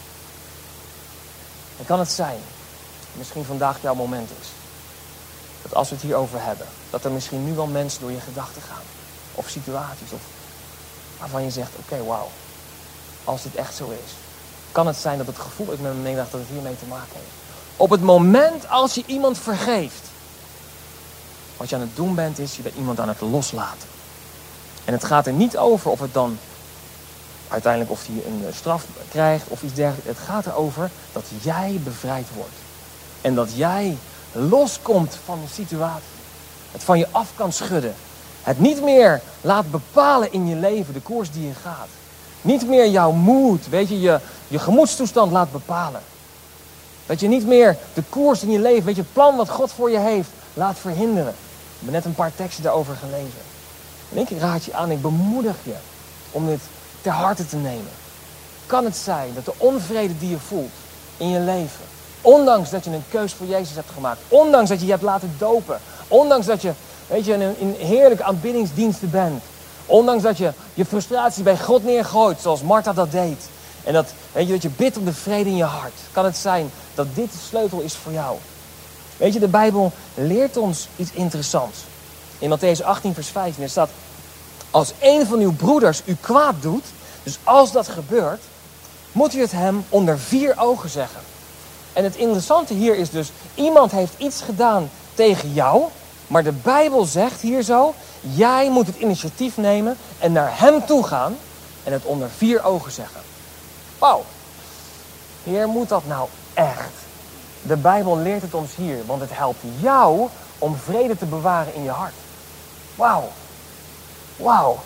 En kan het zijn, misschien vandaag jouw moment is, dat als we het hierover hebben, dat er misschien nu wel mensen door je gedachten gaan. Of situaties, of waarvan je zegt, oké, okay, wauw, als dit echt zo is, kan het zijn dat het gevoel dat ik met me meedraag, dat het hiermee te maken heeft. Op het moment als je iemand vergeeft, wat je aan het doen bent is, je bent iemand aan het loslaten. En het gaat er niet over of het dan uiteindelijk of hij een straf krijgt of iets dergelijks. Het gaat erover dat jij bevrijd wordt. En dat jij loskomt van de situatie. Het van je af kan schudden. Het niet meer laat bepalen in je leven de koers die je gaat. Niet meer jouw moed, weet je, je, je gemoedstoestand laat bepalen. Dat je niet meer de koers in je leven, weet je, het plan wat God voor je heeft, laat verhinderen. Ik heb net een paar teksten daarover gelezen. En ik raad je aan, ik bemoedig je om dit ter harte te nemen. Kan het zijn dat de onvrede die je voelt in je leven, ondanks dat je een keus voor Jezus hebt gemaakt, ondanks dat je je hebt laten dopen, ondanks dat je, weet je, in, in heerlijke aanbiddingsdiensten bent, ondanks dat je je frustratie bij God neergooit, zoals Martha dat deed, en dat, weet je, dat je bidt om de vrede in je hart, kan het zijn dat dit de sleutel is voor jou. Weet je, de Bijbel leert ons iets interessants. In Mattheüs achttien vers vijftien, er staat, als een van uw broeders u kwaad doet, dus als dat gebeurt, moet u het hem onder vier ogen zeggen. En het interessante hier is dus, iemand heeft iets gedaan tegen jou, maar de Bijbel zegt hier zo, jij moet het initiatief nemen en naar hem toe gaan en het onder vier ogen zeggen. Wauw, Heer, moet dat nou echt? De Bijbel leert het ons hier, want het helpt jou om vrede te bewaren in je hart. Wauw, wauw.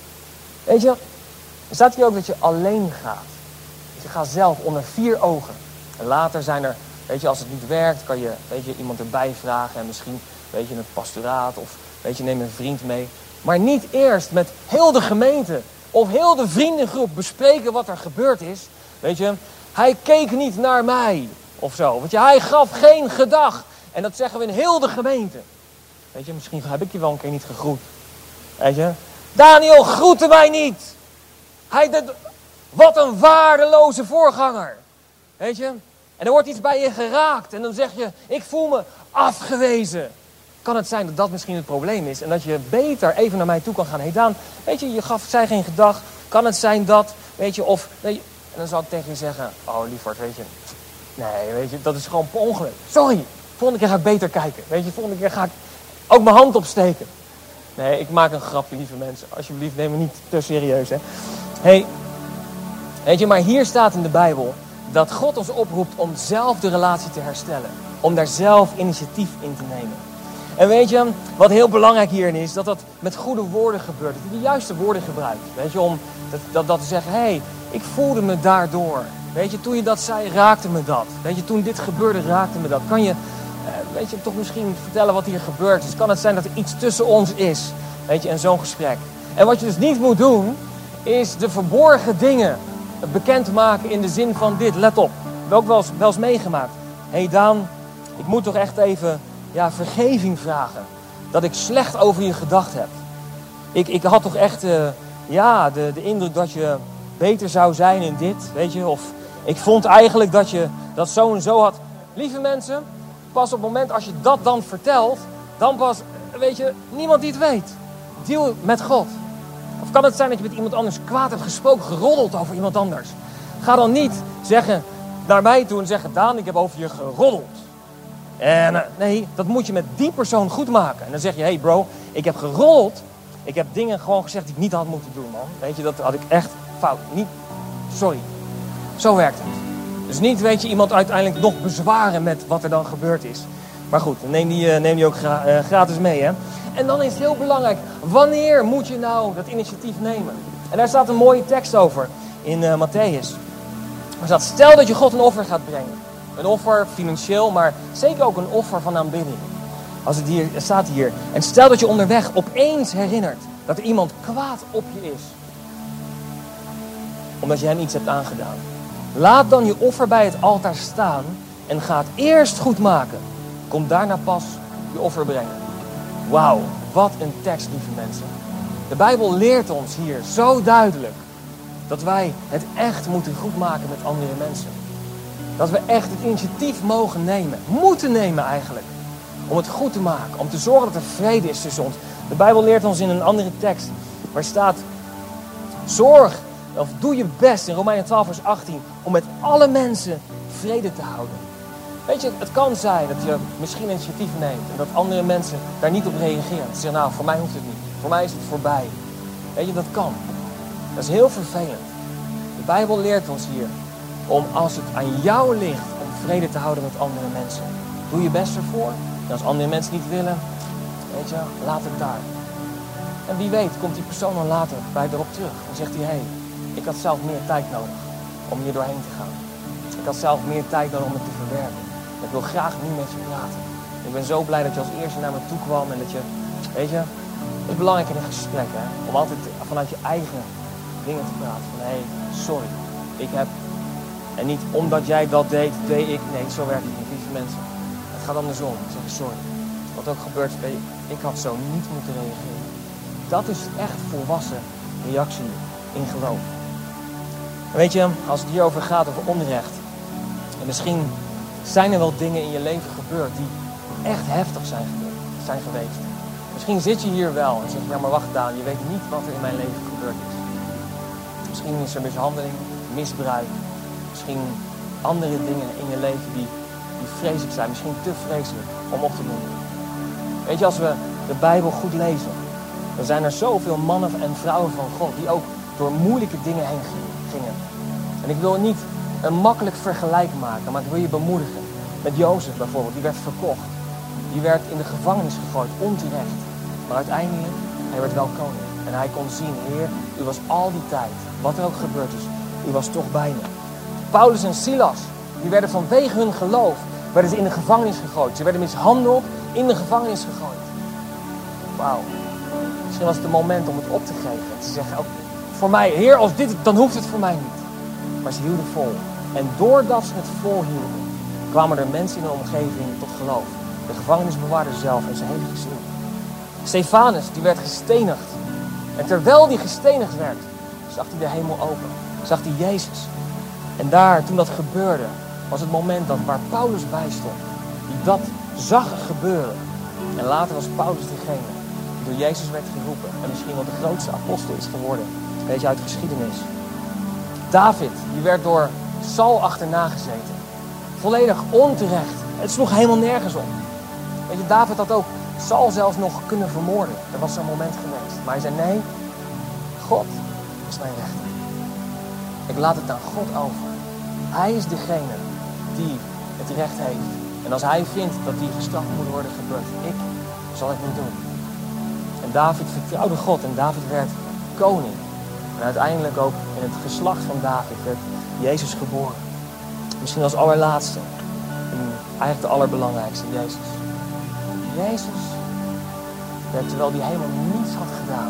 Weet je, er staat hier ook dat je alleen gaat. Dus je gaat zelf onder vier ogen. En later zijn er, weet je, als het niet werkt, kan je, weet je, iemand erbij vragen en misschien, weet je, een pastoraat of, weet je, neem een vriend mee. Maar niet eerst met heel de gemeente of heel de vriendengroep bespreken wat er gebeurd is. Weet je, hij keek niet naar mij of zo. Want je, hij gaf geen gedag. En dat zeggen we in heel de gemeente. Weet je, misschien heb ik je wel een keer niet gegroet. Weet je, Daniel groette mij niet. Hij, de, wat een waardeloze voorganger. Weet je, en er wordt iets bij je geraakt. En dan zeg je, ik voel me afgewezen. Kan het zijn dat dat misschien het probleem is. En dat je beter even naar mij toe kan gaan. Hé hey Daan, weet je, je gaf zij geen gedag. Kan het zijn dat, weet je, of... Weet je, en dan zou ik tegen je zeggen, oh lieverd, weet je. Nee, weet je, dat is gewoon per ongeluk. Sorry, volgende keer ga ik beter kijken. Weet je, volgende keer ga ik ook mijn hand opsteken. Nee, ik maak een grapje, lieve mensen. Alsjeblieft, neem me niet te serieus, hè. Hey, weet je, maar hier staat in de Bijbel dat God ons oproept om zelf de relatie te herstellen. Om daar zelf initiatief in te nemen. En weet je, wat heel belangrijk hierin is, dat dat met goede woorden gebeurt. Dat je de juiste woorden gebruikt. Weet je, om dat, dat, dat te zeggen, hé, hey, ik voelde me daardoor. Weet je, toen je dat zei, raakte me dat. Weet je, toen dit gebeurde, raakte me dat. Kan je, weet je, toch misschien vertellen wat hier gebeurd is? Kan het zijn dat er iets tussen ons is? Weet je, in zo'n gesprek. En wat je dus niet moet doen, is de verborgen dingen bekendmaken in de zin van dit. Let op, we hebben ook wel eens, wel eens meegemaakt. Hé hey Daan, ik moet toch echt even ja, vergeving vragen. Dat ik slecht over je gedacht heb. Ik, ik had toch echt uh, ja, de, de indruk dat je beter zou zijn in dit, weet je. Of ik vond eigenlijk dat je dat zo en zo had. Lieve mensen, pas op het moment als je dat dan vertelt, dan pas, weet je, niemand die het weet. Deal met God. Of kan het zijn dat je met iemand anders kwaad hebt gesproken, geroddeld over iemand anders. Ga dan niet zeggen naar mij toe en zeggen, Daan, ik heb over je geroddeld. En uh, nee, dat moet je met die persoon goed maken. En dan zeg je, hey bro, ik heb geroddeld. Ik heb dingen gewoon gezegd die ik niet had moeten doen, man. Weet je, dat had ik echt fout. Niet, sorry. Zo werkt het. Dus niet, weet je, iemand uiteindelijk nog bezwaren met wat er dan gebeurd is. Maar goed, neem die, neem die ook gra- uh, gratis mee, hè. En dan is het heel belangrijk, wanneer moet je nou dat initiatief nemen? En daar staat een mooie tekst over in uh, Matthäus. Er staat, stel dat je God een offer gaat brengen. Een offer financieel, maar zeker ook een offer van aanbidding. Als het hier, het staat hier. En stel dat je onderweg opeens herinnert dat er iemand kwaad op je is. Omdat je hem iets hebt aangedaan. Laat dan je offer bij het altaar staan en ga het eerst goed maken. Kom daarna pas je offer brengen. Wauw, wat een tekst, lieve mensen. De Bijbel leert ons hier zo duidelijk dat wij het echt moeten goedmaken met andere mensen. Dat we echt het initiatief mogen nemen, moeten nemen eigenlijk, om het goed te maken, om te zorgen dat er vrede is tussen ons. De Bijbel leert ons in een andere tekst, waar staat, zorg, of doe je best, in Romeinen twaalf vers achttien, om met alle mensen vrede te houden. Weet je, het kan zijn dat je misschien initiatief neemt en dat andere mensen daar niet op reageren. Ze zeggen, nou, voor mij hoeft het niet. Voor mij is het voorbij. Weet je, dat kan. Dat is heel vervelend. De Bijbel leert ons hier om, als het aan jou ligt, om vrede te houden met andere mensen. Doe je best ervoor. En als andere mensen niet willen, weet je, laat het daar. En wie weet komt die persoon dan later bij erop terug. Dan zegt hij, hé, hey, ik had zelf meer tijd nodig om hier doorheen te gaan. Ik had zelf meer tijd nodig om het te verwerken. Ik wil graag nu met je praten. Ik ben zo blij dat je als eerste naar me toe kwam en dat je, weet je, het is belangrijk in een gesprek, hè, om altijd vanuit je eigen dingen te praten. Van, hé, hey, sorry, ik heb, en niet omdat jij dat deed, deed ik, nee, zo werkt het niet, lieve mensen. Het gaat andersom, ik zeg sorry. Wat ook gebeurt, ik had zo niet moeten reageren. Dat is echt volwassen reactie in geloof. En weet je, als het hierover gaat, over onrecht, en misschien zijn er wel dingen in je leven gebeurd die echt heftig zijn, gebeurd, zijn geweest. Misschien zit je hier wel en zeg je, ja maar wacht Daan, je weet niet wat er in mijn leven gebeurd is. Misschien is er mishandeling, misbruik, misschien andere dingen in je leven die, die vreselijk zijn, misschien te vreselijk om op te noemen. Weet je, als we de Bijbel goed lezen, dan zijn er zoveel mannen en vrouwen van God die ook door moeilijke dingen heen gingen. En ik wil niet een makkelijk vergelijk maken, maar ik wil je bemoedigen. Met Jozef bijvoorbeeld, die werd verkocht. Die werd in de gevangenis gegooid, onterecht. Maar uiteindelijk, hij werd wel koning. En hij kon zien, Heer, u was al die tijd, wat er ook gebeurd is, u was toch bij me. Paulus en Silas, die werden vanwege hun geloof, werden ze in de gevangenis gegooid. Ze werden mishandeld, in de gevangenis gegooid. Wauw. Misschien was het een moment om het op te geven. En te zeggen, ook voor mij, Heer, als dit, dan hoeft het voor mij niet. Maar ze hielden vol. En doordat ze het volhielden, kwamen er mensen in de omgeving tot geloof. De gevangenisbewaarder zelf en zijn hele gezin. Stefanus, die werd gestenigd. En terwijl die gestenigd werd, zag hij de hemel open. Zag hij Jezus. En daar, toen dat gebeurde, was het moment dat waar Paulus bij stond. Die dat zag gebeuren. En later was Paulus degene die door Jezus werd geroepen. En misschien wel de grootste apostel is geworden. Weet je, uit de geschiedenis. David, die werd door Saul achterna gezeten. Volledig onterecht. Het sloeg helemaal nergens op. Weet je, David had ook Saul zelfs nog kunnen vermoorden. Er was zo'n moment geweest. Maar hij zei, nee, God is mijn rechter. Ik laat het aan God over. Hij is degene die het recht heeft. En als hij vindt dat die gestraft moet worden, gebeurt ik, zal het niet doen. En David vertrouwde God en David werd koning. En uiteindelijk ook in het geslacht van David werd Jezus geboren. Misschien als allerlaatste. En eigenlijk de allerbelangrijkste, Jezus. Jezus werd, terwijl hij helemaal niets had gedaan,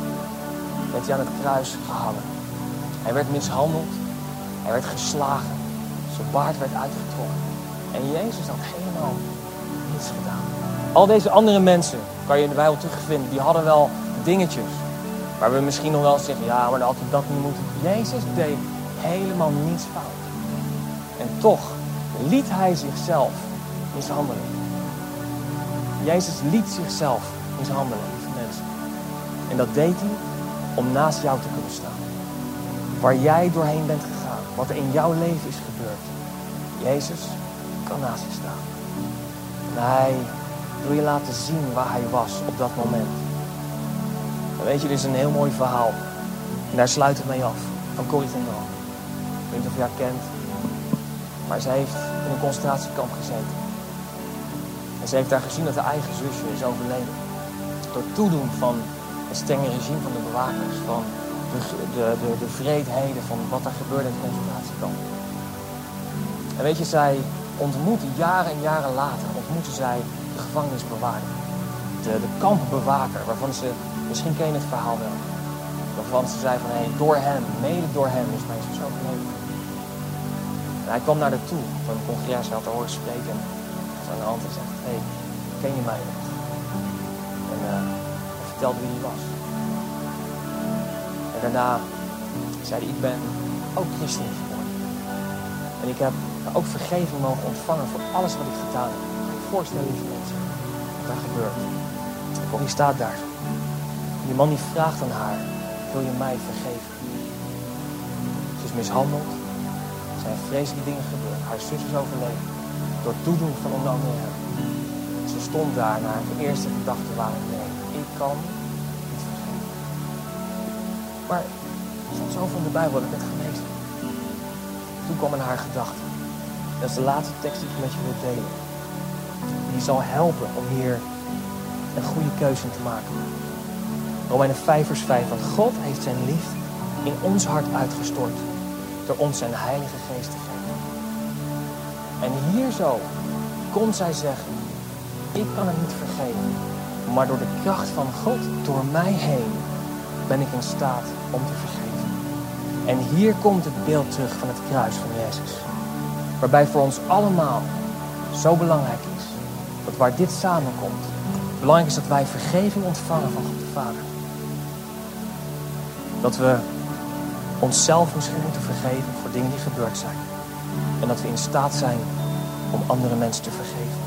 werd hij aan het kruis gehangen. Hij werd mishandeld. Hij werd geslagen. Zijn baard werd uitgetrokken. En Jezus had helemaal niets gedaan. Al deze andere mensen, kan je in de Bijbel terugvinden, die hadden wel dingetjes. Waar we misschien nog wel zeggen, ja, maar dan had hij dat niet moeten. Jezus deed helemaal niets fout. En toch liet hij zichzelf mishandelen. Jezus liet zichzelf mishandelen, lieve mensen. En dat deed hij om naast jou te kunnen staan. Waar jij doorheen bent gegaan. Wat er in jouw leven is gebeurd. Jezus kan naast je staan. En hij wil je laten zien waar hij was op dat moment. En weet je, dit is een heel mooi verhaal. En daar sluit het mee af. Van Corrie ten Dal. Ik weet niet of je haar kent. Maar ze heeft in een concentratiekamp gezeten. En ze heeft daar gezien dat haar eigen zusje is overleden. Door toedoen van het strenge regime van de bewakers. Van de, de, de, de vreedheden van wat er gebeurde in het concentratiekamp. En weet je, zij ontmoette jaren en jaren later, ontmoette zij de gevangenisbewaarder. De, de kampbewaker, waarvan ze, misschien ken je het verhaal wel. Waarvan ze zei van, hé, hey, door hem, mede door hem is mijn zus overleden. En hij kwam naar haar toe, van een congres, hij had haar horen spreken. Ze aan de hand en zegt, hé, hey, ken je mij nog? En uh, hij vertelde wie hij was. En daarna zei hij, ik ben ook christen geworden. En ik heb ook vergeving mogen ontvangen voor alles wat ik gedaan heb. Ik kan je voorstellen, lieve mensen, wat daar gebeurt. Kom, je staat daar. En die man die vraagt aan haar, wil je mij vergeven? Ze is mishandeld. Er zijn vreselijke dingen gebeurd. Haar zus is overleden. Door toedoen van onder andere hem. Ze stond daar naar de eerste gedachten waren, nee, ik kan niet vergeven. Maar er stond zoveel in de Bijbel, dat ik het gelezen. Toen kwam in haar gedachten. Dat is de laatste tekst die ik met je wil delen. Die zal helpen om hier een goede keuze in te maken. Romeinen vijf vers vijf. Want God heeft zijn liefde in ons hart uitgestort. Door ons zijn heilige geest te geven. En hier zo kon zij zeggen. Ik kan het niet vergeven. Maar door de kracht van God, door mij heen, ben ik in staat om te vergeven. En hier komt het beeld terug van het kruis van Jezus. Waarbij voor ons allemaal zo belangrijk is. Dat waar dit samenkomt. Belangrijk is dat wij vergeving ontvangen van God de Vader. Dat we onszelf misschien moeten vergeven voor dingen die gebeurd zijn. En dat we in staat zijn om andere mensen te vergeven.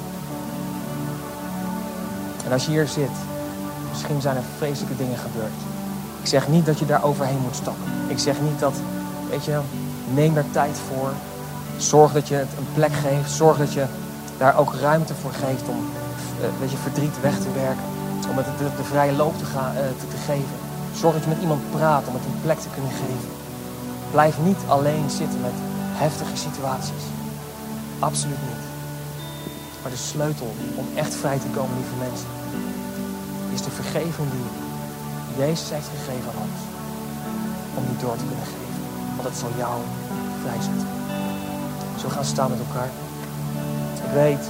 En als je hier zit, misschien zijn er vreselijke dingen gebeurd. Ik zeg niet dat je daar overheen moet stappen. Ik zeg niet dat, weet je, neem er tijd voor. Zorg dat je het een plek geeft. Zorg dat je daar ook ruimte voor geeft om uh, weet je, verdriet weg te werken. Om het de, de vrije loop te, gaan, uh, te, te geven. Zorg dat je met iemand praat om het een plek te kunnen geven. Blijf niet alleen zitten met heftige situaties. Absoluut niet. Maar de sleutel om echt vrij te komen, lieve mensen, is de vergeving die Jezus heeft gegeven aan ons. Om die door te kunnen geven. Want het zal jou vrijzetten. Zo gaan staan met elkaar. Ik weet,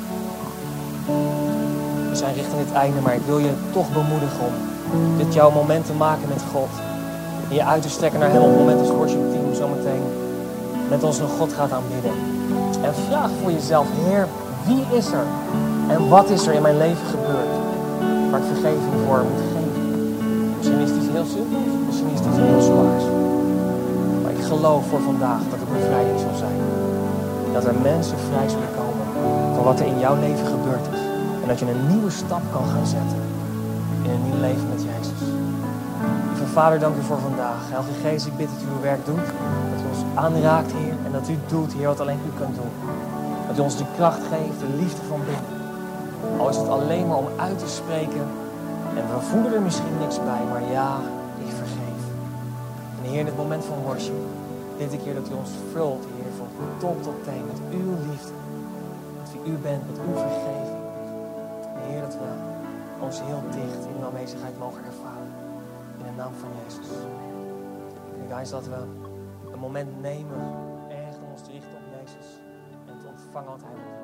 we zijn richting het einde, maar ik wil je toch bemoedigen om dit jouw moment te maken met God. En je uit te strekken naar hem op het moment als het worship team zometeen met ons nog God gaat aanbidden. En vraag voor jezelf, Heer, wie is er en wat is er in mijn leven gebeurd waar ik vergeving voor moet geven? Misschien is het iets heel simpels, misschien is het iets heel zwaars. Maar ik geloof voor vandaag dat het bevrijding zal zijn. Dat er mensen vrij zullen komen van wat er in jouw leven gebeurd is. En dat je een nieuwe stap kan gaan zetten in een nieuw leven met Jezus. Lieve Vader, dank u voor vandaag. Heilige Geest, ik bid dat u uw werk doet. Dat u ons aanraakt, Heer. En dat u doet, Heer, wat alleen u kunt doen. Dat u ons de kracht geeft, de liefde van binnen. Al is het alleen maar om uit te spreken. En we voelen er misschien niks bij, maar ja, ik vergeef. En Heer, in het moment van worship, dit keer dat u ons vult, Heer, van top tot teen met uw liefde. Dat u u bent, met uw vergeving. En Heer, dat we ons heel dicht in uw aanwezigheid mogen ervaren. In de naam van Jezus. En guys, dat we een moment nemen, erg om ons te richten op Jezus. En te ontvangen wat Hij wil.